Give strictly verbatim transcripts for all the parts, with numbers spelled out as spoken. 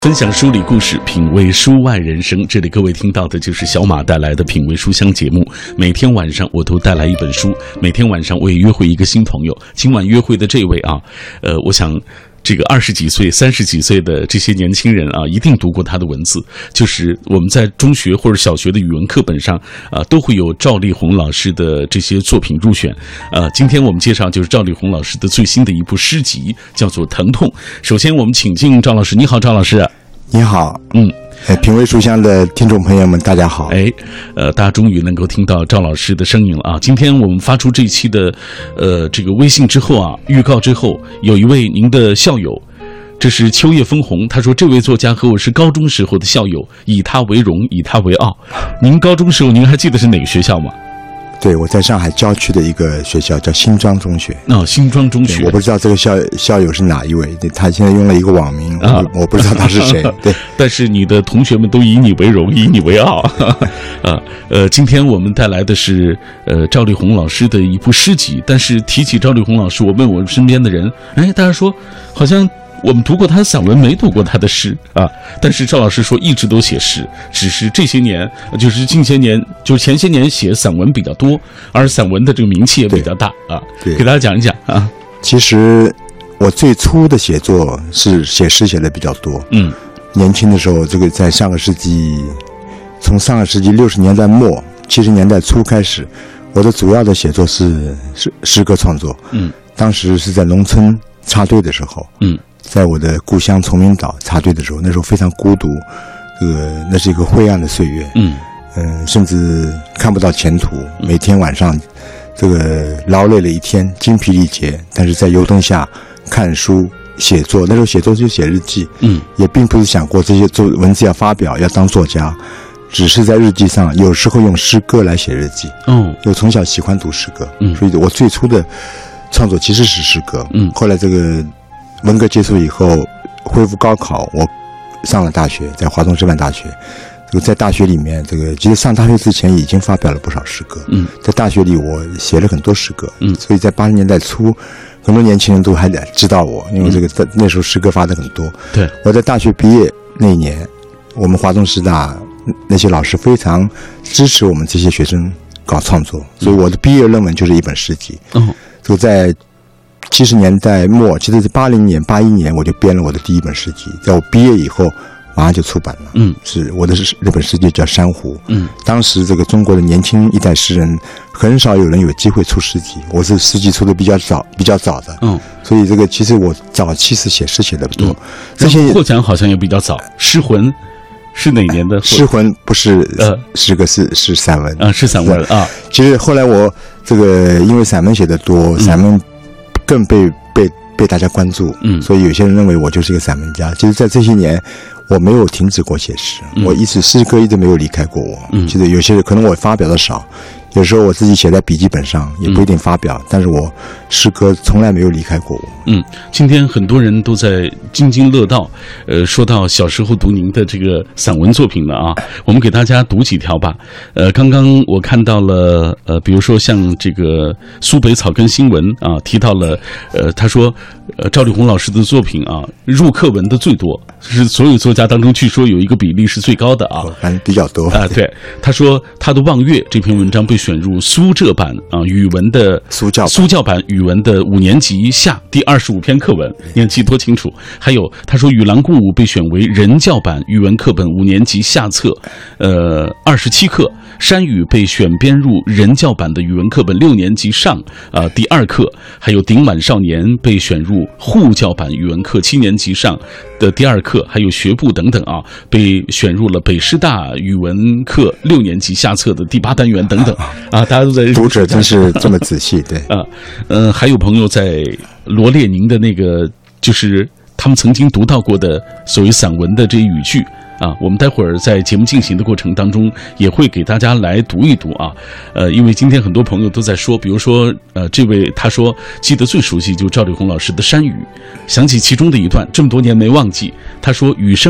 分享书里故事，品味书外人生。这里各位听到的就是小马带来的品味书香节目。每天晚上我都带来一本书，每天晚上我也约会一个新朋友。今晚约会的这位啊，呃，我想这个二十几岁、三十几岁的这些年轻人啊，一定读过他的文字。就是我们在中学或者小学的语文课本上啊，都会有赵丽宏老师的这些作品入选。呃，今天我们介绍就是赵丽宏老师的最新的一部诗集，叫做《疼痛》。首先，我们请进赵老师。你好，赵老师。 你好， 嗯， 呃，品味书香的听众朋友们，大家好。 哎，呃，大家终于能够听到赵老师的声音了啊！今天我们发出这一期的，呃，这个微信之后啊，预告之后，有一位您的校友，这是秋叶枫红，他说这位作家和我是高中时候的校友，以他为荣，以他为傲。您高中时候，您还记得是哪个学校吗？ 对，我在上海郊区的一个学校叫新庄中学。 哦，新庄中学， 我不知道这个校校友是哪一位，他现在用了一个网名，啊、我, 我不知道他是谁。对， 但是你的同学们都以你为荣，以你为傲。啊，呃，今天我们带来的是呃赵丽宏老师的一部诗集，但是提起赵丽宏老师，我问我身边的人，哎，大家说好像我们读过他的散文，没读过他的诗啊。但是赵老师说一直都写诗，只是这些年，就是近些年，就是前些年写散文比较多，而散文的这个名气也比较大啊。 对， 给大家讲一讲啊。 其实我最初的写作是写诗写的比较多。嗯，年轻的时候，这个在上个世纪，从上个世纪六十年代末、七十年代初开始，我的主要的写作是诗诗歌创作。嗯，当时是在农村插队的时候。嗯。在我的故乡崇明岛插队的时候，那时候非常孤独，这个那是一个灰暗的岁月，嗯嗯、呃，甚至看不到前途，每天晚上这个劳累了一天，精疲力竭，但是在油灯下看书写作，那时候写作就写日记，嗯，也并不是想过这些做文字要发表要当作家，只是在日记上有时候用诗歌来写日记，嗯，我从小喜欢读诗歌，嗯，所以我最初的创作其实是诗歌，嗯，后来这个文革结束以后，恢复高考，我上了大学，在华东师范大学。这个在大学里面，这个其实上大学之前已经发表了不少诗歌。嗯，在大学里我写了很多诗歌。嗯，所以在八十年代初，很多年轻人都还知道我，因为这个在那时候诗歌发的很多。对，我在大学毕业那一年，我们华东师大那些老师非常支持我们这些学生搞创作，所以我的毕业论文就是一本诗集。嗯，就在七十年代末，其实是八零年、八一年，我就编了我的第一本诗集，在我毕业以后，马上就出版了。嗯，是我的那本诗集叫《珊瑚》。嗯，当时这个中国的年轻一代诗人，很少有人有机会出诗集，我是诗集出的比较早、比较早的。嗯，所以这个其实我早期是写诗写的不多。嗯、 这些获奖好像也比较早，《诗魂》是哪年的？《 诗魂》不是呃诗歌，是是散文啊，是散文啊。 其实后来我这个因为散文写的多，散文更被被被大家关注，嗯，所以有些人认为我就是一个散文家。其实，在这些年，我没有停止过写诗，嗯、我一直诗歌一直没有离开过我。嗯，其实有些可能我发表的少，有时候我自己写在笔记本上，也不一定发表，嗯、但是我诗歌从来没有离开过我。 嗯，今天很多人都在津津乐道，呃，说到小时候读您的这个散文作品了啊，我们给大家读几条吧。呃，刚刚我看到了，呃，比如说像这个苏北草根新闻啊，提到了，呃，他说，呃，赵丽宏老师的作品啊，入课文的最多，是所有作家当中据说有一个比例是最高的啊， 反正比较多啊。对，他说他的《望月》这篇文章被选入苏浙版啊语文的苏教苏教版语文的五年级下第二十五篇课文，你看记多清楚。还有他说《与狼共舞》被选为人教版语文课本五年级下册，呃二十七课。山语被选编入人教版的语文课本六年级上啊、呃、第二课。还有顶满少年被选入沪教版语文课七年级上的第二课。还有学步等等啊，被选入了北师大语文课六年级下册的第八单元等等啊，大家都在读者真是这么仔细。对啊，呃，还有朋友在罗列您的那个，就是他们曾经读到过的所谓散文的这些语句啊，我们待会儿在节目进行的过程当中也会给大家来读一读啊。呃，因为今天很多朋友都在说，比如说呃，这位他说记得最熟悉就是赵丽宏老师的《山语》，想起其中的一段，这么多年没忘记。他说雨声里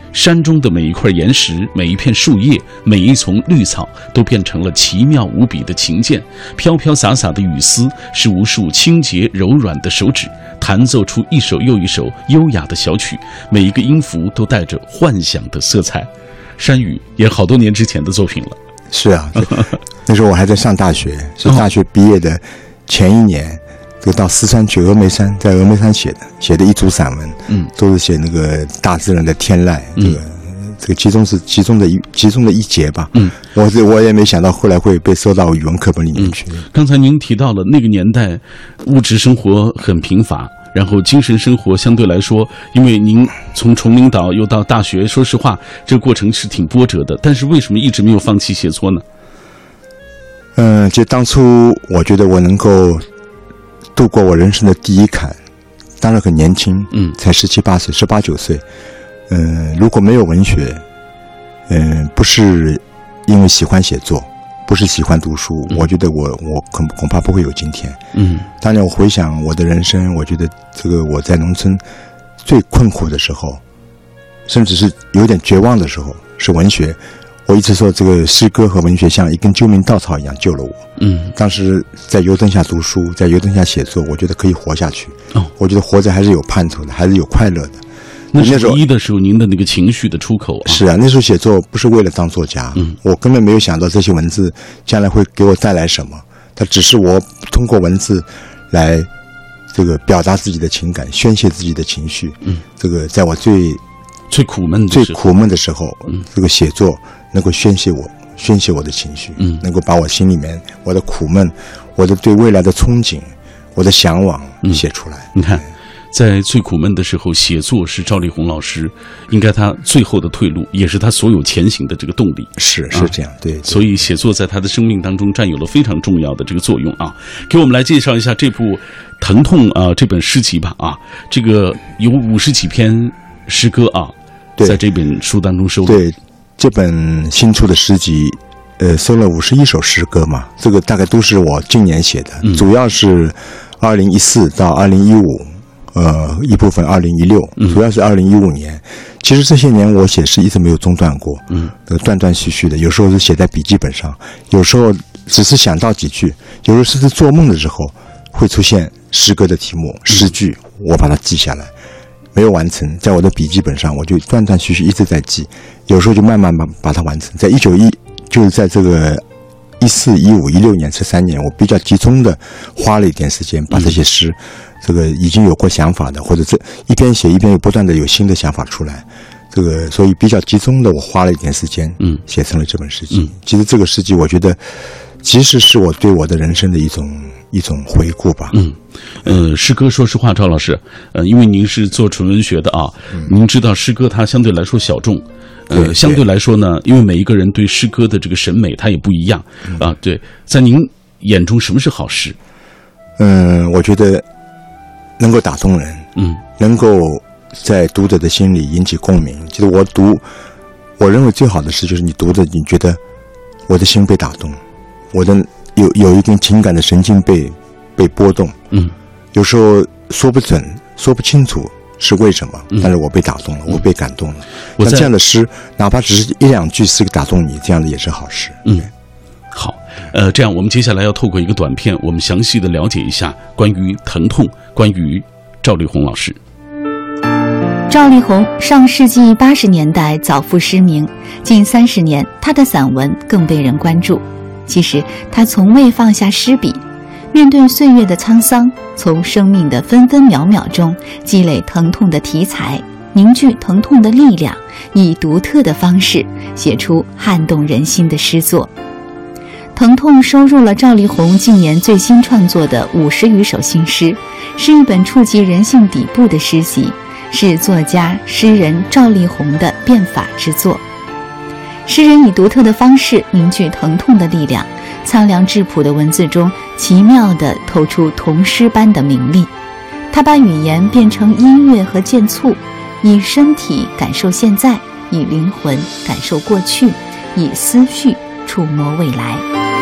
山中的每一块岩石、每一片树叶、每一丛绿草，都变成了奇妙无比的琴键。飘飘洒洒的雨丝，是无数清洁柔软的手指弹奏出一首又一首优雅的小曲，每一个音符都带着幻想的色彩。山雨也好多年之前的作品了。 是啊，那时候我还在上大学，是大学毕业的前一年。这个到四川去峨眉山，在峨眉山写的，写的一组散文，嗯，都是写那个大自然的天籁，这个、嗯、这个其中是其中的一其中的一节吧，嗯，我这我也没想到后来会被收到语文课本里面去。 嗯、刚才您提到了那个年代，物质生活很贫乏，然后精神生活相对来说，因为您从崇明岛又到大学，说实话，这个过程是挺波折的。但是为什么一直没有放弃写作呢？ 嗯，就当初我觉得我能够度过我人生的第一坎，当然很年轻，嗯，才十七八岁，十八九岁，嗯，如果没有文学，嗯，不是因为喜欢写作，不是喜欢读书，嗯、我觉得我我恐恐怕不会有今天，嗯。当然，我回想我的人生，我觉得这个我在农村最困苦的时候，甚至是有点绝望的时候，是文学。我一直说，这个诗歌和文学像一根救命稻草一样救了我。嗯，当时在油灯下读书，在油灯下写作，我觉得可以活下去。哦，我觉得活着还是有盼头的，还是有快乐的。 那是唯一的时候，您的那个情绪的出口、啊。 是啊，那时候写作不是为了当作家，嗯，我根本没有想到这些文字将来会给我带来什么，它只是我通过文字来这个表达自己的情感，宣泄自己的情绪。嗯，这个在我最最苦闷的最苦闷的时候，嗯，这个写作能够宣泄我宣泄我的情绪，嗯，能够把我心里面我的苦闷，我的对未来的憧憬，我的向往写出来。嗯、 你看，在最苦闷的时候，写作是赵丽宏老师应该他最后的退路，也是他所有前行的这个动力。 是是这样，啊、对, 对。 所以写作在他的生命当中占有了非常重要的这个作用啊。给我们来介绍一下这部《疼痛》啊这本诗集吧啊，这个有五十几篇诗歌啊，在这本书当中收录。 对。这本新出的诗集，呃，收了五十一首诗歌嘛，这个大概都是我今年写的，嗯、主要是二零一四到二零一五，呃，一部分二零一六，主要是二零一五年。其实这些年我写诗一直没有中断过，嗯，呃，断断续续的，有时候是写在笔记本上，有时候只是想到几句，有时候甚至做梦的时候会出现诗歌的题目、诗句，我把它记下来。没有完成，在我的笔记本上，我就断断续续一直在记，有时候就慢慢把把它完成。在一九一，就是在这个一四、一五、一六年这三年，我比较集中的花了一点时间，把这些诗，嗯、这个已经有过想法的，或者这一边写一边又不断的有新的想法出来，这个所以比较集中的，我花了一点时间，嗯，写成了这本诗集。嗯、其实这个诗集，我觉得其实是我对我的人生的一种一种回顾吧。 嗯。呃，诗歌，说实话，赵老师，呃，因为您是做纯文学的啊，嗯、您知道诗歌它相对来说小众，呃，对相对来说呢，因为每一个人对诗歌的这个审美它也不一样、嗯、啊。对，在您眼中，什么是好诗？ 嗯，我觉得能够打动人，嗯，能够在读者的心里引起共鸣。其实我读，我认为最好的诗就是你读的，你觉得我的心被打动，我的有有一根情感的神经被。被波动，嗯，有时候说不准、说不清楚是为什么，嗯、但是我被打动了，嗯、我被感动了。那这样的诗，哪怕只是一两句诗打动你，这样的也是好诗。 嗯，好，呃，这样我们接下来要透过一个短片，我们详细的了解一下关于疼痛，关于赵丽宏老师。 赵丽宏上世纪八十年代早赴诗名，近三十年，他的散文更被人关注。其实他从未放下诗笔。面对岁月的沧桑，从生命的分分秒秒中积累疼痛的题材，凝聚疼痛的力量，以独特的方式写出撼动人心的诗作。疼痛收入了赵丽宏近年最新创作的五十余首新诗，是一本触及人性底部的诗集，是作家诗人赵丽宏的变法之作。诗人以独特的方式凝聚疼痛的力量，苍凉质朴的文字中奇妙地透出童诗般的明丽。他把语言变成音乐和渐促，以身体感受现在，以灵魂感受过去，以思绪触摸未来。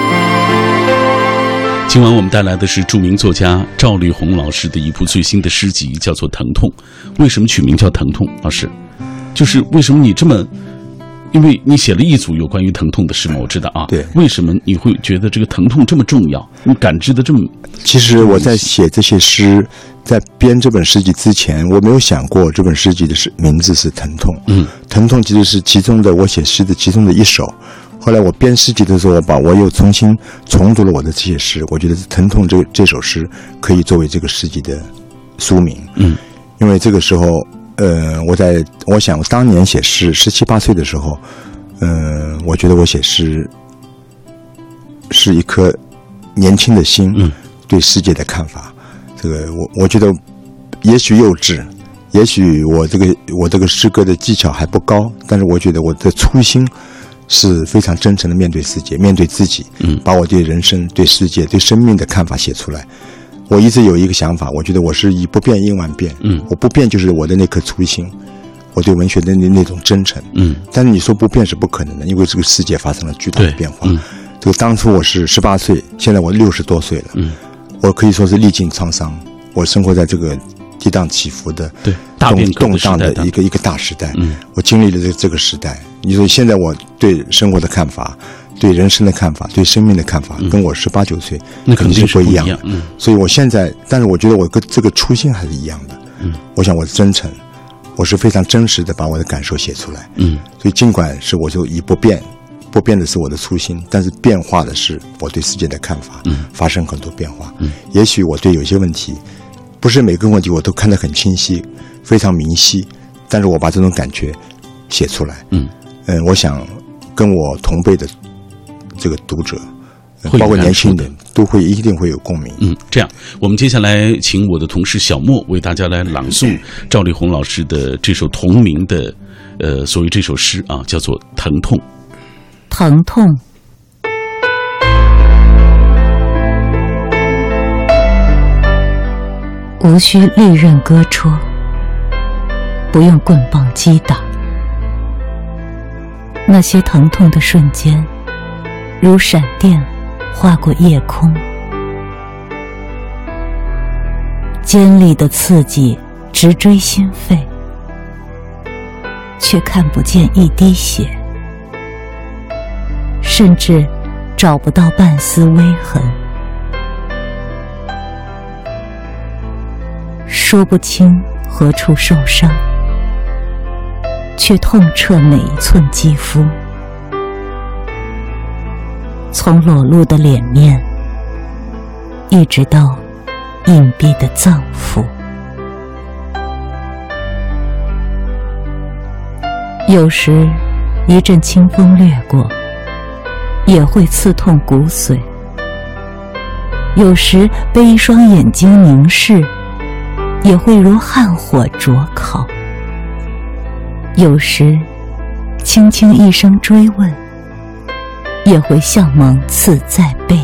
今晚我们带来的是著名作家赵丽宏老师的一部最新的诗集，叫做《疼痛》。为什么取名叫疼痛？老师？ 就是为什么你这么，因为你写了一组有关于疼痛的诗嘛，我知道啊。 对。 为什么你会觉得这个疼痛这么重要？你感知的这么…… 其实我在写这些诗，在编这本诗集之前，我没有想过这本诗集的是名字是疼痛。嗯，疼痛其实是其中的我写诗的其中的一首。后来我编诗集的时候，我把我又重新重读了我的这些诗，我觉得疼痛这这首诗可以作为这个诗集的书名。嗯，因为这个时候。呃，我在我想，我当年写诗，十七八岁的时候，嗯、呃，我觉得我写诗是一颗年轻的心，嗯，对世界的看法。这个我我觉得，也许幼稚，也许我这个我这个诗歌的技巧还不高，但是我觉得我的初心是非常真诚的面对世界，面对自己，嗯，把我对人生、对世界、对生命的看法写出来。我一直有一个想法，我觉得我是以不变应万变，嗯，我不变就是我的那颗初心，我对文学的那那种真诚，嗯，但是你说不变是不可能的，因为这个世界发生了巨大的变化。嗯，这个当初我是十八岁，现在我六十多岁了，嗯，我可以说是历尽沧桑，我生活在这个跌宕起伏的、 对大变动荡的一个一个大时代，嗯，我经历了这这个时代。你说现在我对生活的看法。对人生的看法，对生命的看法，嗯、跟我十八九岁那肯定是不一样。 嗯， 所以我现在，但是我觉得我跟这个初心还是一样的。嗯，我想我是真诚，我是非常真实的把我的感受写出来。嗯，所以尽管是我就以不变，不变的是我的初心，但是变化的是我对世界的看法，嗯，发生很多变化。嗯，也许我对有些问题，不是每个问题我都看得很清晰，非常明晰，但是我把这种感觉写出来。嗯嗯，我想跟我同辈的。这个读者，包括年轻人，都会一定会有共鸣。 嗯，这样，我们接下来请我的同事小莫为大家来朗诵赵丽宏老师的这首同名的，呃，所谓这首诗啊，叫做《疼痛》。 疼痛，无需利刃割戳，不用棍棒击打，那些疼痛的瞬间。如闪电划过夜空，尖利的刺激直追心肺，却看不见一滴血，甚至找不到半丝微痕，说不清何处受伤，却痛彻每一寸肌肤。从裸露的脸面，一直到隐蔽的脏腑，有时一阵清风掠过，也会刺痛骨髓；有时被一双眼睛凝视，也会如炭火灼烤；有时轻轻一声追问，也会像芒刺在背。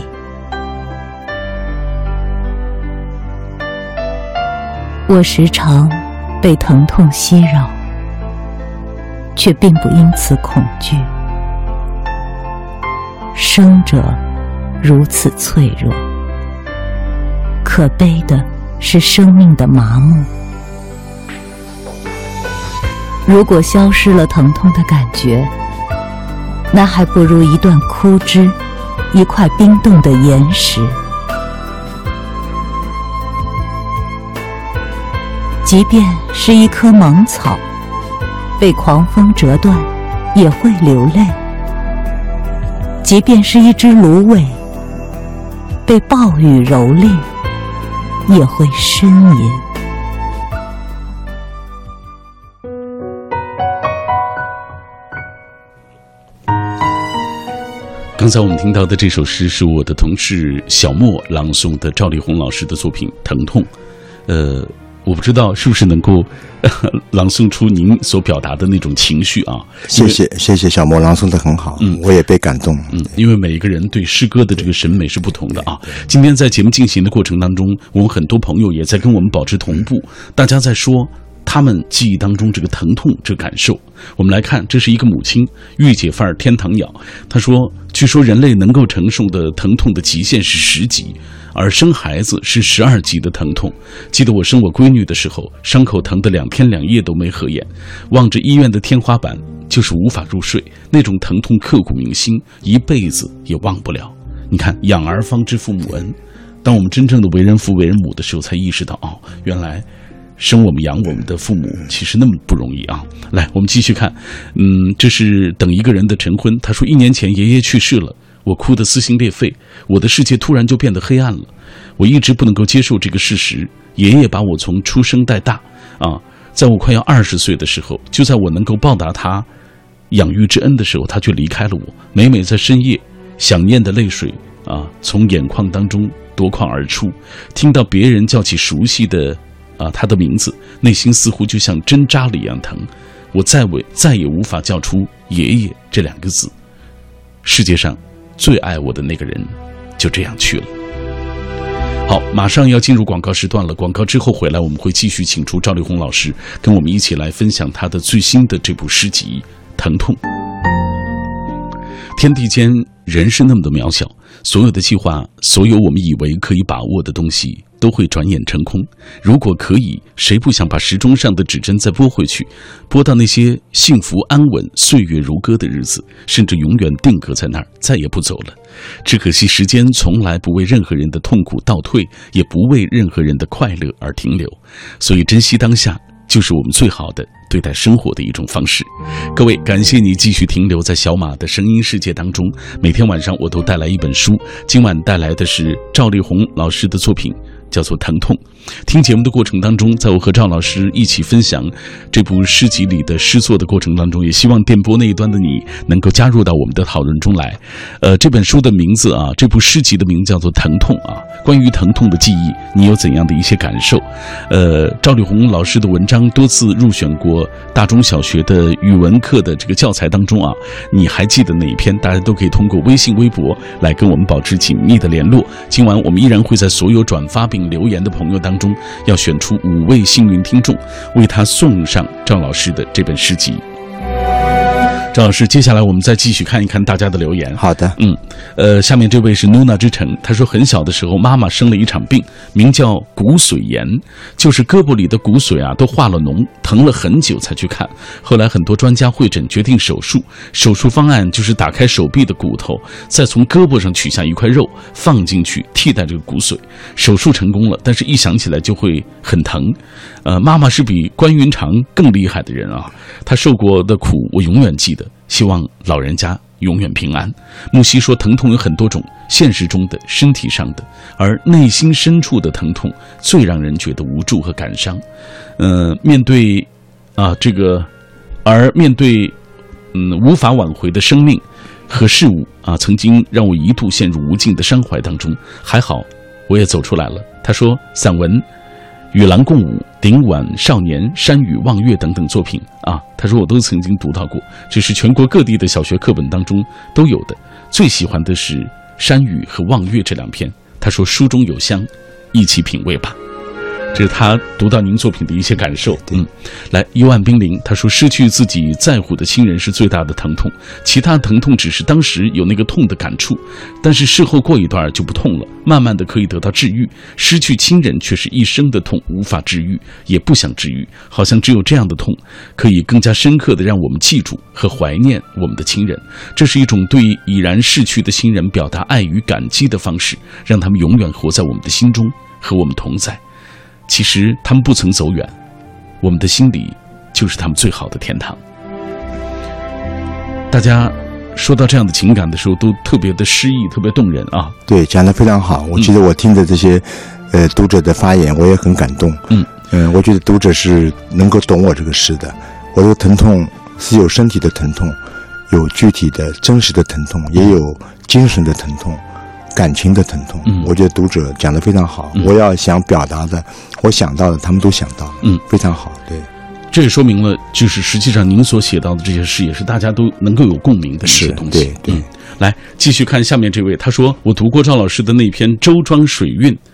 我时常被疼痛袭扰，却并不因此恐惧。生者如此脆弱，可悲的是生命的麻木。如果消失了疼痛的感觉，那还不如一段枯枝，一块冰冻的岩石。即便是一棵芒草，被狂风折断，也会流泪；即便是一只芦苇，被暴雨蹂躏，也会呻吟。 刚才我们听到的这首诗是我的同事小莫朗诵的赵丽宏老师的作品《疼痛》。呃，我不知道是不是能够、呃、朗诵出您所表达的那种情绪啊。 谢谢谢谢小莫朗诵得很好，嗯，我也被感动。 嗯，因为每一个人对诗歌的这个审美是不同的啊。今天在节目进行的过程当中，我们很多朋友也在跟我们保持同步，大家在说他们记忆当中这个疼痛这感受。我们来看，这是一个母亲御姐范儿天堂鸟，她说，据说人类能够承受的疼痛的极限是十级，而生孩子是十二级的疼痛。记得我生我闺女的时候，伤口疼得两天两夜都没合眼，望着医院的天花板就是无法入睡，那种疼痛刻骨铭心，一辈子也忘不了。你看，养儿方知父母恩，当我们真正的为人父为人母的时候，才意识到，哦，原来生我们养我们的父母其实那么不容易啊！来，我们继续看，嗯，这是等一个人的晨昏。他说，一年前爷爷去世了，我哭得撕心裂肺，我的世界突然就变得黑暗了。我一直不能够接受这个事实，爷爷把我从出生带大啊，在我快要二十岁的时候，就在我能够报答他养育之恩的时候，他却离开了我。每每在深夜，想念的泪水啊，从眼眶当中夺眶而出，听到别人叫起熟悉的啊，他的名字，内心似乎就像针扎了一样疼。我再为再也无法叫出爷爷这两个字。世界上最爱我的那个人就这样去了。好，马上要进入广告时段了。广告之后回来，我们会继续请出赵丽宏老师，跟我们一起来分享他的最新的这部诗集《疼痛》。天地间，人是那么的渺小，所有的计划，所有我们以为可以把握的东西，都会转眼成空。如果可以，谁不想把时钟上的指针再拨回去，拨到那些幸福安稳、岁月如歌的日子，甚至永远定格在那儿，再也不走了。只可惜时间从来不为任何人的痛苦倒退，也不为任何人的快乐而停留。所以珍惜当下，就是我们最好的对待生活的一种方式。各位，感谢你继续停留在小马的声音世界当中。每天晚上我都带来一本书，今晚带来的是赵丽宏老师的作品，叫做《疼痛》。听节目的过程当中，在我和赵老师一起分享这部诗集里的诗作的过程当中，也希望电波那一端的你能够加入到我们的讨论中来。呃，这本书的名字啊，这部诗集的名字叫做《疼痛》啊。关于疼痛的记忆，你有怎样的一些感受？呃，赵丽宏老师的文章多次入选过大中小学的语文课的这个教材当中啊。你还记得哪一篇？大家都可以通过微信、微博来跟我们保持紧密的联络。今晚我们依然会在所有转发并留言的朋友当中，要选出五位幸运听众，为他送上赵老师的这本诗集。赵老师，接下来我们再继续看一看大家的留言。 好的， 嗯，呃，下面这位是 Nuna 之城，他说很小的时候，妈妈生了一场病，名叫骨髓炎，就是胳膊里的骨髓啊都化了脓，疼了很久才去看。后来很多专家会诊，决定手术。手术方案就是打开手臂的骨头，再从胳膊上取下一块肉放进去，替代这个骨髓。手术成功了，但是一想起来就会很疼。呃，妈妈是比关云长更厉害的人啊，她受过的苦我永远记得。希望老人家永远平安。木西说，疼痛有很多种，现实中的、身体上的，而内心深处的疼痛最让人觉得无助和感伤。呃，面对啊这个，而面对嗯无法挽回的生命和事物啊，曾经让我一度陷入无尽的伤怀当中。还好，我也走出来了。他说，散文《与狼共舞》、顶晚少年、山雨望月等等作品啊，他说我都曾经读到过，这是全国各地的小学课本当中都有的。最喜欢的是山雨和望月这两篇。他说书中有香，一起品味吧。这是他读到您作品的一些感受。嗯，来，幽暗冰凌，他说失去自己在乎的亲人是最大的疼痛，其他疼痛只是当时有那个痛的感触，但是事后过一段就不痛了，慢慢的可以得到治愈。失去亲人却是一生的痛，无法治愈，也不想治愈，好像只有这样的痛可以更加深刻的让我们记住和怀念我们的亲人。这是一种对已然逝去的亲人表达爱与感激的方式，让他们永远活在我们的心中，和我们同在。其实他们不曾走远，我们的心里就是他们最好的天堂。大家说到这样的情感的时候，都特别的诗意，特别动人啊。 对，讲得非常好。我记得我听的这些，嗯、呃，读者的发言，我也很感动。嗯嗯、呃，我觉得读者是能够懂我这个诗的。我的疼痛是有身体的疼痛，有具体的真实的疼痛，也有精神的疼痛。感情的疼痛，嗯，我觉得读者讲得非常好。嗯、我要想表达的，我想到的，他们都想到了，嗯，非常好。对， 这也说明了，就是实际上您所写到的这些诗，也是大家都能够有共鸣的一些东西。 对对、 嗯，来继续看下面这位，他说：“我读过赵老师的那篇《周庄水韵》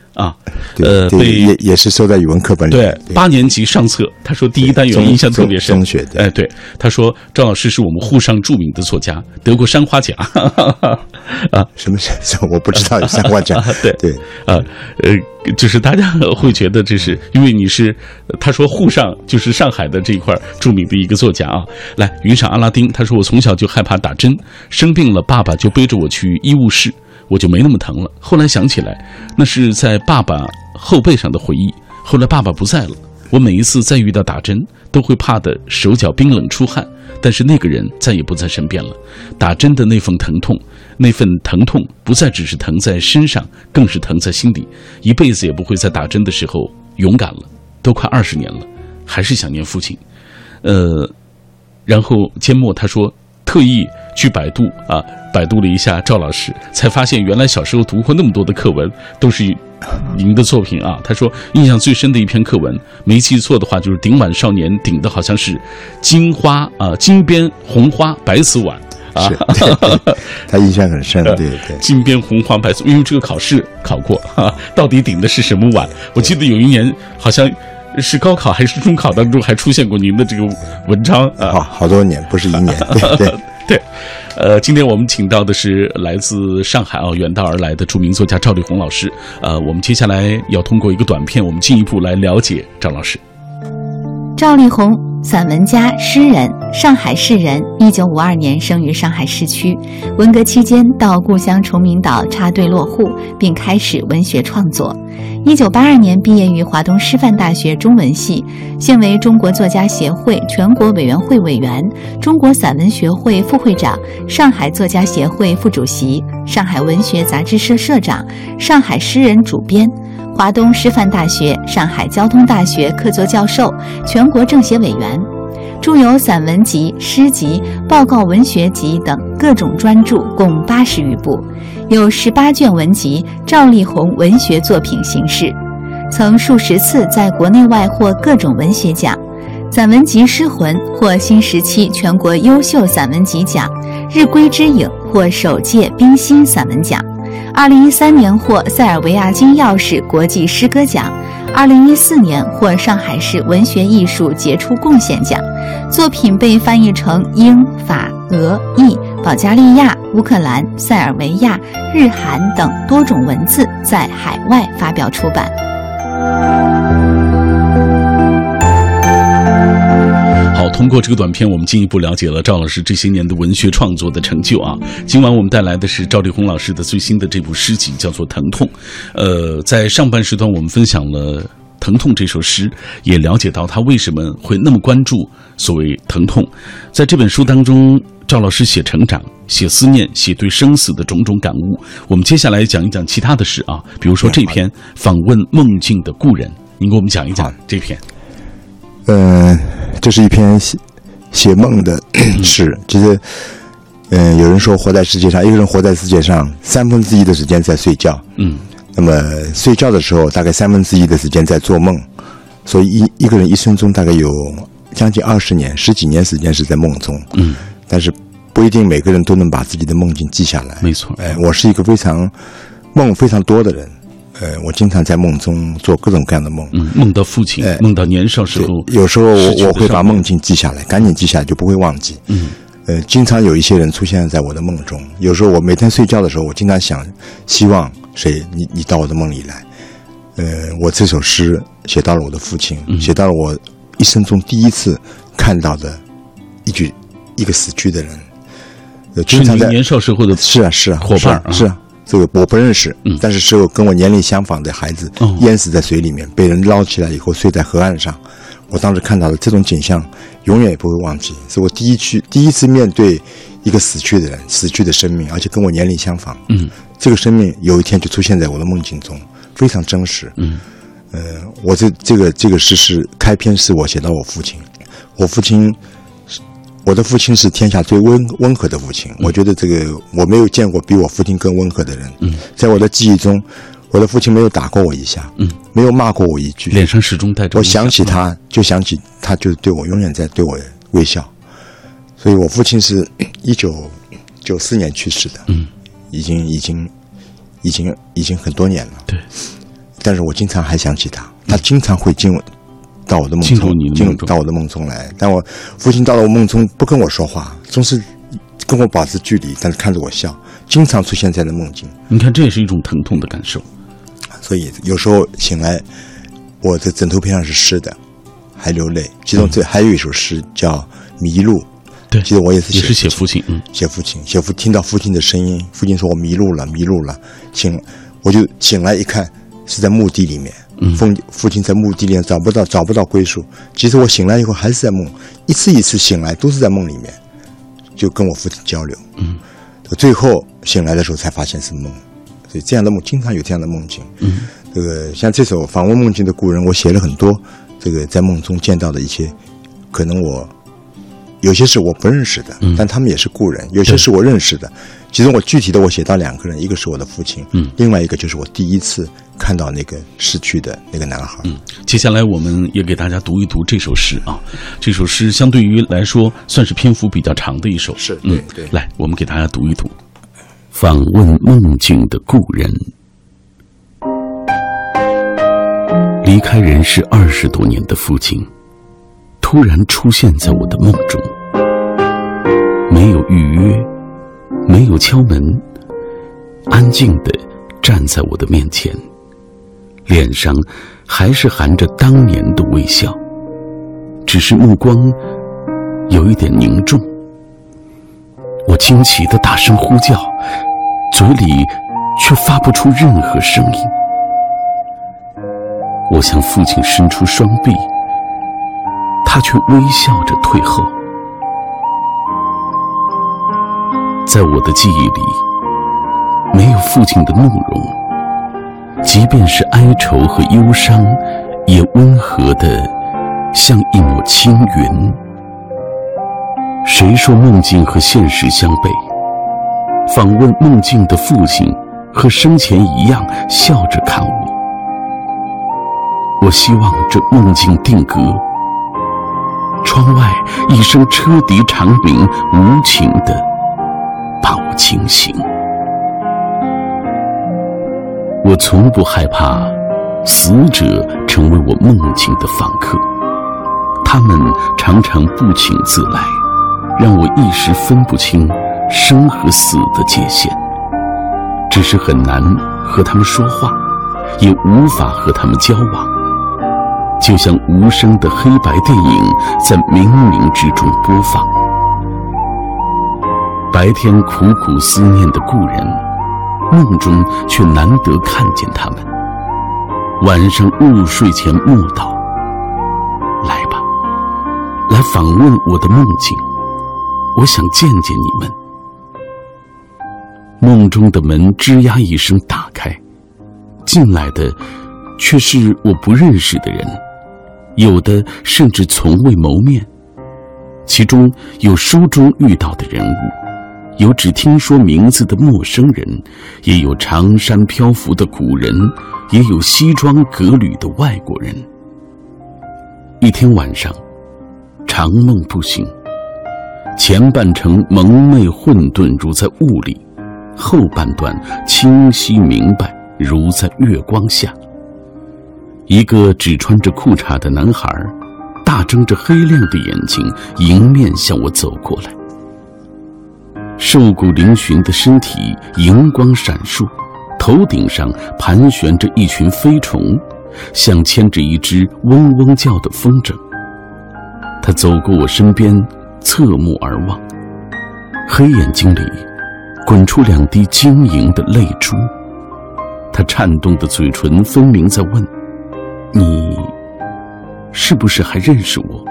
啊， 呃，被也也是收在语文课本里。 对，八年级上册，他说第一单元印象特别深。 中学， 哎，对，他说赵老师是我们沪上著名的作家，得过山花奖。啊， 什么是？我不知道有山花奖。 对对，啊，呃，就是大家会觉得这是因为你是，他说沪上就是上海的这一块著名的一个作家啊。来，云上阿拉丁，他说我从小就害怕打针，生病了爸爸就背着我去医务室。我就没那么疼了。后来想起来，那是在爸爸后背上的回忆。后来爸爸不在了，我每一次再遇到打针，都会怕得手脚冰冷出汗。但是那个人再也不在身边了，打针的那份疼痛，那份疼痛不再只是疼在身上，更是疼在心里。一辈子也不会在打针的时候勇敢了。都快二十年了，还是想念父亲。呃，然后缄默他说，特意去百度啊，百度了一下赵老师，才发现原来小时候读过那么多的课文，都是您的作品啊。他说印象最深的一篇课文，没记错的话就是顶碗少年，顶的好像是金花啊，金边红花白瓷碗啊， 他印象很深。对对， 金边红花白瓷，因为这个考试考过啊，到底顶的是什么碗？我记得有一年好像是高考还是中考当中还出现过您的这个文章啊， 好好多年，不是一年。对对对，呃，今天我们请到的是来自上海啊远道而来的著名作家赵丽宏老师。呃，我们接下来要通过一个短片，我们进一步来了解赵老师。 赵丽宏，散文家、诗人，上海市人。一九五二年生于上海市区，文革期间到故乡崇明岛插队落户，并开始文学创作。一九八二年毕业于华东师范大学中文系，现为中国作家协会全国委员会委员、中国散文学会副会长、上海作家协会副主席、上海文学杂志社社长、上海诗人主编。华东师范大学、上海交通大学客座教授、全国政协委员，著有散文集、诗集、报告文学集等各种专著共八十余部，有十八卷文集《赵丽宏文学作品形式》，曾数十次在国内外获各种文学奖。散文集《诗魂》获新时期全国优秀散文集奖，《日归之影》获首届冰心散文奖。二零一三年获塞尔维亚金钥匙国际诗歌奖，二零一四年获上海市文学艺术杰出贡献奖。作品被翻译成英、法、俄、意、保加利亚、乌克兰、塞尔维亚、日韩等多种文字，在海外发表出版。 好，通过这个短片，我们进一步了解了赵老师这些年的文学创作的成就啊。今晚我们带来的是赵丽宏老师的最新的这部诗集，叫做《疼痛》。呃，在上半时段我们分享了《疼痛》这首诗，也了解到他为什么会那么关注所谓疼痛。在这本书当中，赵老师写成长、写思念、写对生死的种种感悟。我们接下来讲一讲其他的诗啊，比如说这篇访问梦境的故人，您给我们讲一讲这篇。 呃，这是一篇写写梦的诗。其实，嗯、呃，有人说活在世界上，一个人活在世界上，三分之一的时间在睡觉。嗯，那么睡觉的时候，大概三分之一的时间在做梦。所以一一个人一生中大概有将近二十年、十几年时间是在梦中。嗯，但是不一定每个人都能把自己的梦境记下来。 没错。 哎、呃，我是一个非常梦非常多的人。呃，我经常在梦中做各种各样的梦， 嗯，梦到父亲，梦到年少时候， 有时候我我会把梦境记下来，赶紧记下来，就不会忘记。嗯，呃，经常有一些人出现在我的梦中。有时候我每天睡觉的时候，我经常想，希望谁你你到我的梦里来。呃，我这首诗写到了我的父亲，嗯、写到了我一生中第一次看到的一句一个死去的人。 呃，经常在年少时候的是啊是啊伙伴是啊。这个我不认识，嗯，但是是有跟我年龄相仿的孩子淹死在水里面，被人捞起来以后睡在河岸上。我当时看到了这种景象，永远也不会忘记。是我第一去第一次面对一个死去的人、死去的生命，而且跟我年龄相仿。嗯，这个生命有一天就出现在我的梦境中，非常真实。嗯，呃，我这这个这个诗是开篇是我写到我父亲，我父亲。我的父亲是天下最温温和的父亲，我觉得这个我没有见过比我父亲更温和的人。嗯，在我的记忆中，我的父亲没有打过我一下，嗯，没有骂过我一句， 脸上始终带着。 我想起他，就想起他，就对我永远在对我微笑。所以我父亲是一九九四年去世的，嗯，已经已经已经已经很多年了。 对， 但是我经常还想起他，他经常会进到我的梦中， 进入你的梦中， 到我的梦中来。但我父亲到了我梦中不跟我说话，总是跟我保持距离，但是看着我笑，经常出现在的梦境。 你看，这也是一种疼痛的感受。 所以有时候醒来，我的枕头边上是湿的，还流泪。其中这还有一首诗叫《迷路》， 对， 其实我也是也是写父亲，嗯， 写父亲，写父听到父亲的声音，父亲说我迷路了，迷路了，醒，我就醒来一看，是在墓地里面，嗯，父父亲在墓地里面找不到找不到归宿。其实我醒来以后还是在梦，一次一次醒来都是在梦里面，就跟我父亲交流，嗯，最后醒来的时候才发现是梦。所以这样的梦经常有这样的梦境，嗯，这个像这首访问梦境的故人，我写了很多这个在梦中见到的一些，可能我有些是我不认识的，嗯，但他们也是故人；有些是我认识的。其中我具体的我写到两个人，一个是我的父亲，嗯，另外一个就是我第一次看到那个逝去的那个男孩。 嗯，接下来我们也给大家读一读这首诗啊，这首诗相对于来说算是篇幅比较长的一首， 是，对对。 来，我们给大家读一读。访问梦境的故人，离开人世二十多年的父亲，突然出现在我的梦中，没有预约，没有敲门，安静地站在我的面前，脸上还是含着当年的微笑，只是目光有一点凝重。我惊奇地大声呼叫，嘴里却发不出任何声音。我向父亲伸出双臂，他却微笑着退后。在我的记忆里，没有父亲的怒容，即便是哀愁和忧伤，也温和地像一抹轻云。谁说梦境和现实相悖？访问梦境的父亲和生前一样笑着看我。我希望这梦境定格。窗外一声车笛长鸣，无情地把我惊醒。我从不害怕死者成为我梦境的访客，他们常常不请自来，让我一时分不清生和死的界限，只是很难和他们说话，也无法和他们交往，就像无声的黑白电影在冥冥之中播放。白天苦苦思念的故人，梦中却难得看见他们。晚上入睡前默祷：来吧，来访问我的梦境，我想见见你们。梦中的门吱呀一声打开，进来的却是我不认识的人，有的甚至从未谋面。其中有书中遇到的人物，有只听说名字的陌生人，也有长衫漂浮的古人，也有西装革履的外国人。一天晚上，长梦不醒，前半程蒙昧混沌如在雾里，后半段清晰明白如在月光下。一个只穿着裤衩的男孩，大睁着黑亮的眼睛，迎面向我走过来。瘦骨嶙峋的身体荧光闪烁，头顶上盘旋着一群飞虫，像牵着一只嗡嗡叫的风筝。他走过我身边，侧目而望，黑眼睛里滚出两滴晶莹的泪珠。他颤动的嘴唇分明在问：你是不是还认识我？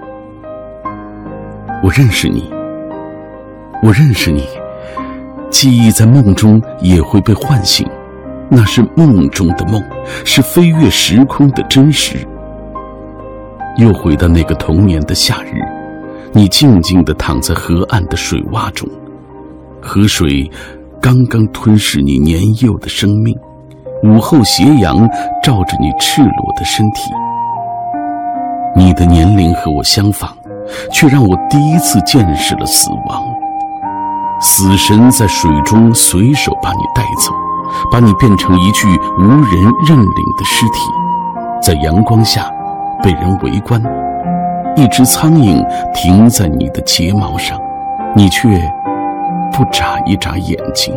我认识你，我认识你。记忆在梦中也会被唤醒，那是梦中的梦，是飞越时空的真实。又回到那个童年的夏日，你静静地躺在河岸的水洼中，河水刚刚吞噬你年幼的生命，午后斜阳照着你赤裸的身体。你的年龄和我相仿，却让我第一次见识了死亡。死神在水中随手把你带走， 把你变成一具无人认领的尸体，在阳光下被人围观。一只苍蝇停在你的睫毛上，你却不眨一眨眼睛。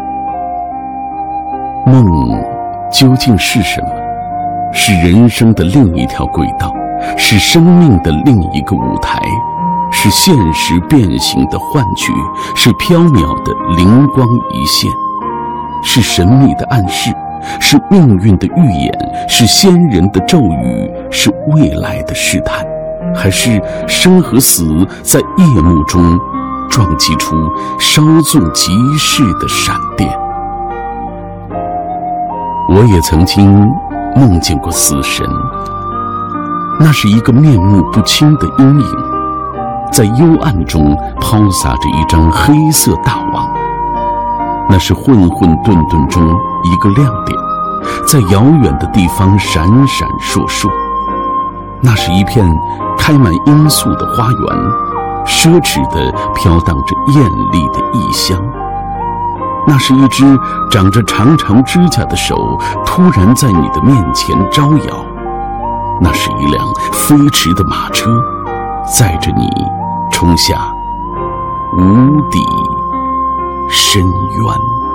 梦究竟是什么？是人生的另一条轨道，是生命的另一个舞台，是现实变形的幻觉，是缥缈的灵光一现，是神秘的暗示，是命运的预言，是先人的咒语，是未来的试探，还是生和死在夜幕中撞击出稍纵即逝的闪电？我也曾经梦见过死神，那是一个面目不清的阴影，在幽暗中抛洒着一张黑色大网。那是混混沌沌中一个亮点，在遥远的地方闪闪烁烁。那是一片开满罂粟的花园，奢侈地飘荡着艳丽的异香。那是一只长着长长指甲的手突然在你的面前招摇，那是一辆飞驰的马车载着你冲下无底深渊。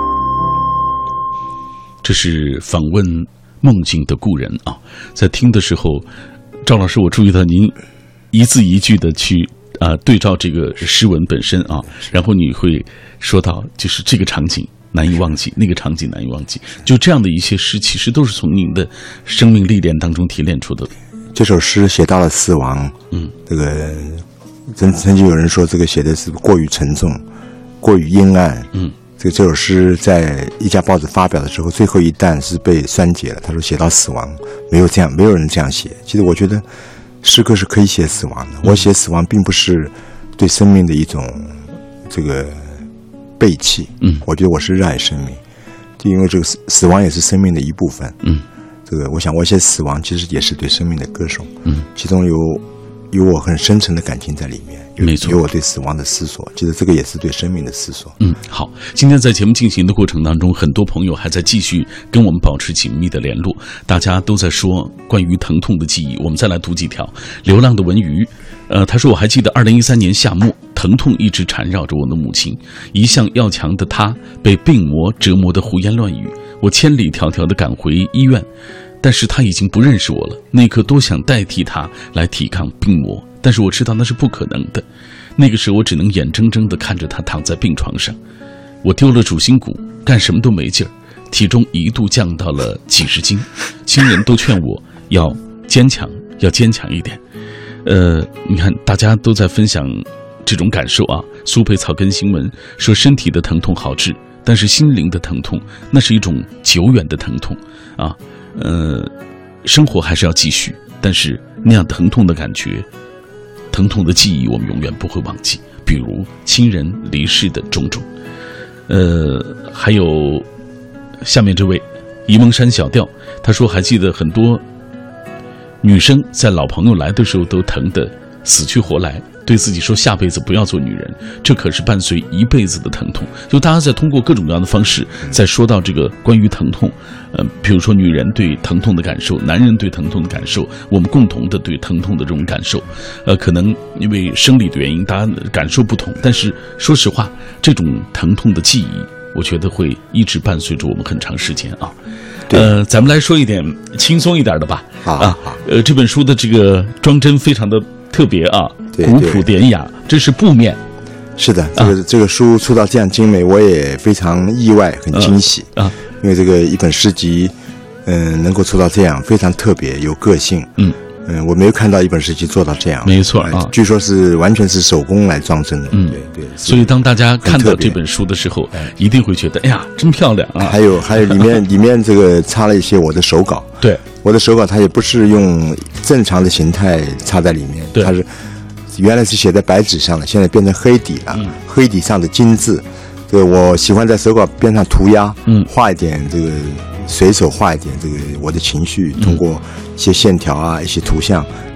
这是访问梦境的故人啊，在听的时候，赵老师，我注意到您一字一句的去啊、呃、对照这个诗文本身啊，然后你会说到，就是这个场景难以忘记，那个场景难以忘记，就这样的一些诗，其实都是从您的生命历练当中提炼出的。 这首诗写到了死亡，嗯，这个曾曾经有人说这个写的是过于沉重，过于阴暗，嗯。这个这首诗在一家报纸发表的时候，最后一段是被删节了。他说写到死亡，没有这样，没有人这样写。其实我觉得诗歌是可以写死亡的。我写死亡并不是对生命的一种这个背弃，嗯，我觉得我是热爱生命，就因为这个死死亡也是生命的一部分，嗯，这个我想我写死亡其实也是对生命的歌颂，嗯，其中有有我很深沉的感情在里面。 没错， 有我对死亡的思索，其实这个也是对生命的思索。 嗯，好，今天在节目进行的过程当中，很多朋友还在继续跟我们保持紧密的联络，大家都在说关于疼痛的记忆。我们再来读几条。流浪的文鱼，呃，他说我还记得二零一三年夏末，疼痛一直缠绕着我的母亲，一向要强的她被病魔折磨得胡言乱语，我千里迢迢地赶回医院，但是她已经不认识我了。那刻多想代替她来抵抗病魔，但是我知道那是不可能的。那个时候我只能眼睁睁地看着他躺在病床上，我丢了主心骨，干什么都没劲儿，体重一度降到了几十斤，亲人都劝我要坚强，要坚强一点。呃，你看大家都在分享这种感受啊。苏培草根新闻说，身体的疼痛好治，但是心灵的疼痛那是一种久远的疼痛啊。呃，生活还是要继续，但是那样疼痛的感觉，疼痛的记忆我们永远不会忘记，比如亲人离世的种种。呃，还有下面这位沂蒙山小调，他说还记得很多女生在老朋友来的时候都疼得死去活来，对自己说下辈子不要做女人，这可是伴随一辈子的疼痛。就大家在通过各种各样的方式在说到这个关于疼痛，呃，比如说女人对疼痛的感受，男人对疼痛的感受，我们共同的对疼痛的这种感受，呃，可能因为生理的原因，大家感受不同，但是说实话，这种疼痛的记忆，我觉得会一直伴随着我们很长时间啊。呃，咱们来说一点轻松一点的吧。 好啊，呃，这本书的这个装帧非常的特别啊，古朴典雅，这是布面。 是的，这个、啊、这个书出到这样精美，我也非常意外，很惊喜啊。因为这个一本诗集，嗯、呃，能够出到这样，非常特别，有个性。嗯嗯、呃，我没有看到一本诗集做到这样。 没错啊、呃， 据说是完全是手工来装帧的。嗯，对对。 所以当大家看到这本书的时候，一定会觉得，哎呀，真漂亮啊！ 还有还有里面里面这个插了一些我的手稿。 对，我的手稿它也不是用正常的形态插在里面， 对， 它是原来是写在白纸上的，现在变成黑底了。嗯、黑底上的金字，这个我喜欢在手稿边上涂鸦，嗯，画一点这个随手画一点这个我的情绪，通过一些线条啊、一些图像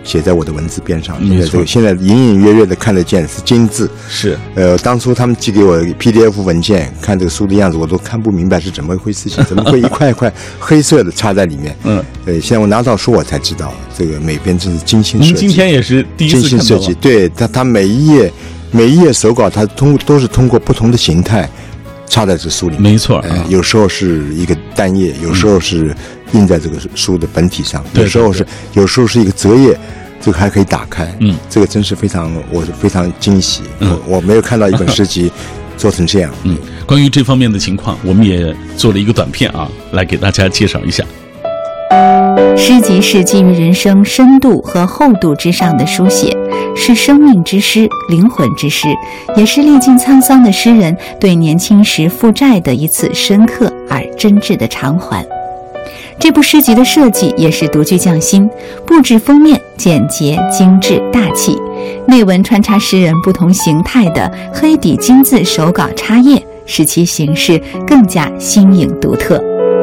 写在我的文字边上。现在这个现在隐隐约约的看得见是金字。 是， 呃，当初他们寄给我 P D F 文件，看这个书的样子，我都看不明白是怎么回事情，怎么会一块一块黑色的插在里面？嗯，对，现在我拿到书我才知道，这个每边真是精心设计。 今天也是第一次看到。 精心设计，对，它它每一页每一页手稿，它通都是通过不同的形态插在这书里面。 没错， 呃，有时候是一个单页，有时候是印在这个书的本体上， 嗯、 有时候是有时候是一个折页。这个还可以打开，嗯，这个真是非常，我是非常惊喜，嗯，我我没有看到一本诗集做成这样， 嗯，关于这方面的情况，我们也做了一个短片啊，来给大家介绍一下。 诗集是基于人生深度和厚度之上的书写，是生命之诗、灵魂之诗，也是历尽沧桑的诗人对年轻时负债的一次深刻而真挚的偿还。这部诗集的设计也是独具匠心，布置封面简洁精致大气，内文穿插诗人不同形态的黑底金字手稿插页，使其形式更加新颖独特。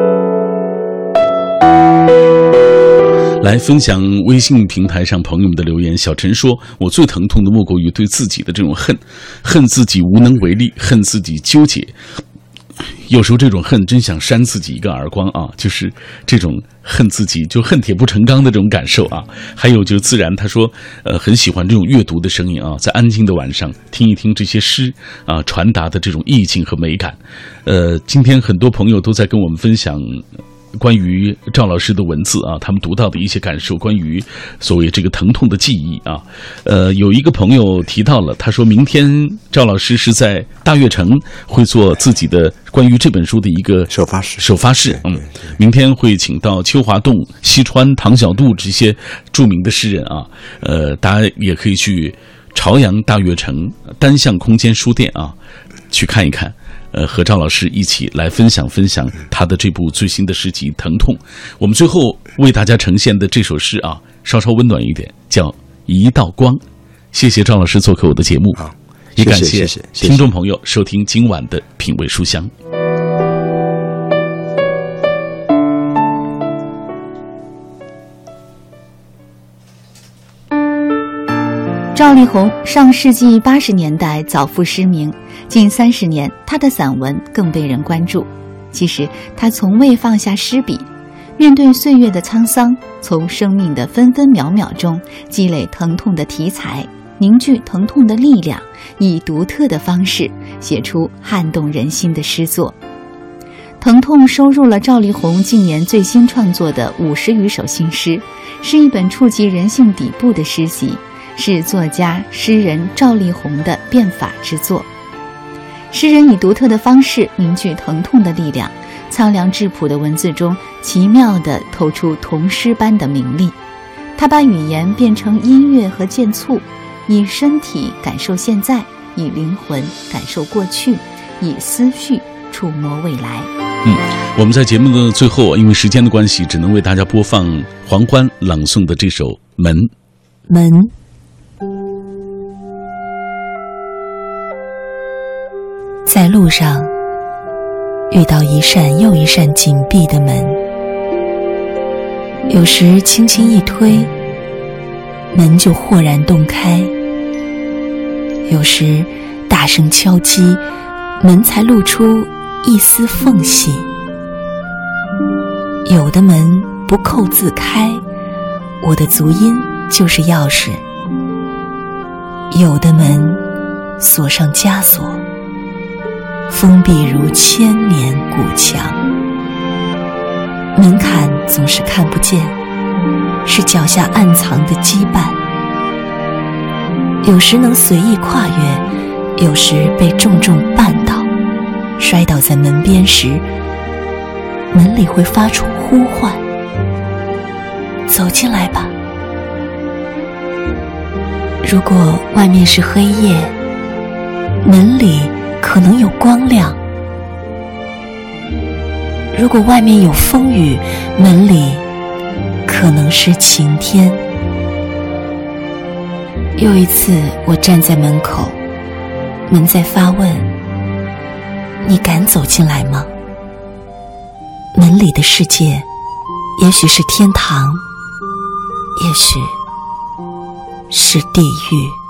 来分享微信平台上朋友们的留言。小陈说，我最疼痛的莫过于对自己的这种恨，恨自己无能为力，恨自己纠结，有时候这种恨真想扇自己一个耳光啊，就是这种恨自己就恨铁不成钢的这种感受啊。还有就是自然，他说呃很喜欢这种阅读的声音啊，在安静的晚上听一听这些诗啊传达的这种意境和美感。呃今天很多朋友都在跟我们分享关于赵老师的文字啊，他们读到的一些感受，关于所谓这个疼痛的记忆啊。呃，有一个朋友提到了，他说明天赵老师是在大悦城会做自己的关于这本书的一个首发式。 首发式，嗯，明天会请到邱华栋、西川、唐小杜这些著名的诗人啊，呃，大家也可以去朝阳大悦城单向空间书店啊去看一看。呃，和赵老师一起来分享分享他的这部最新的诗集《疼痛》。我们最后为大家呈现的这首诗啊，稍稍温暖一点，叫《一道光》。谢谢赵老师做客我的节目， 好， 也感谢谢听众朋友收听今晚的品味书香。 赵丽宏上世纪八十年代早赴诗名，近三十年，他的散文更被人关注。其实他从未放下诗笔，面对岁月的沧桑，从生命的分分秒秒中积累疼痛的题材，凝聚疼痛的力量，以独特的方式写出撼动人心的诗作。疼痛收入了赵丽宏近年最新创作的五十余首新诗，是一本触及人性底部的诗集，是作家诗人赵丽宏的变法之作。诗人以独特的方式凝聚疼痛的力量，苍凉质朴的文字中奇妙地透出童诗般的明丽。他把语言变成音乐和渐促，以身体感受现在，以灵魂感受过去，以思绪触摸未来。 嗯，我们在节目的最后，因为时间的关系，只能为大家播放黄欢朗诵的这首《门》。 门，在路上遇到一扇又一扇紧闭的门，有时轻轻一推，门就豁然洞开；有时大声敲击，门才露出一丝缝隙。有的门不扣自开，我的足音就是钥匙；有的门锁上枷锁，封闭如千年古墙。门槛总是看不见，是脚下暗藏的羁绊。有时能随意跨越，有时被重重绊倒。摔倒在门边时，门里会发出呼唤：走进来吧。如果外面是黑夜，门里可能有光亮；如果外面有风雨，门里可能是晴天。有一次我站在门口，门在发问：你敢走进来吗？门里的世界也许是天堂，也许是地狱。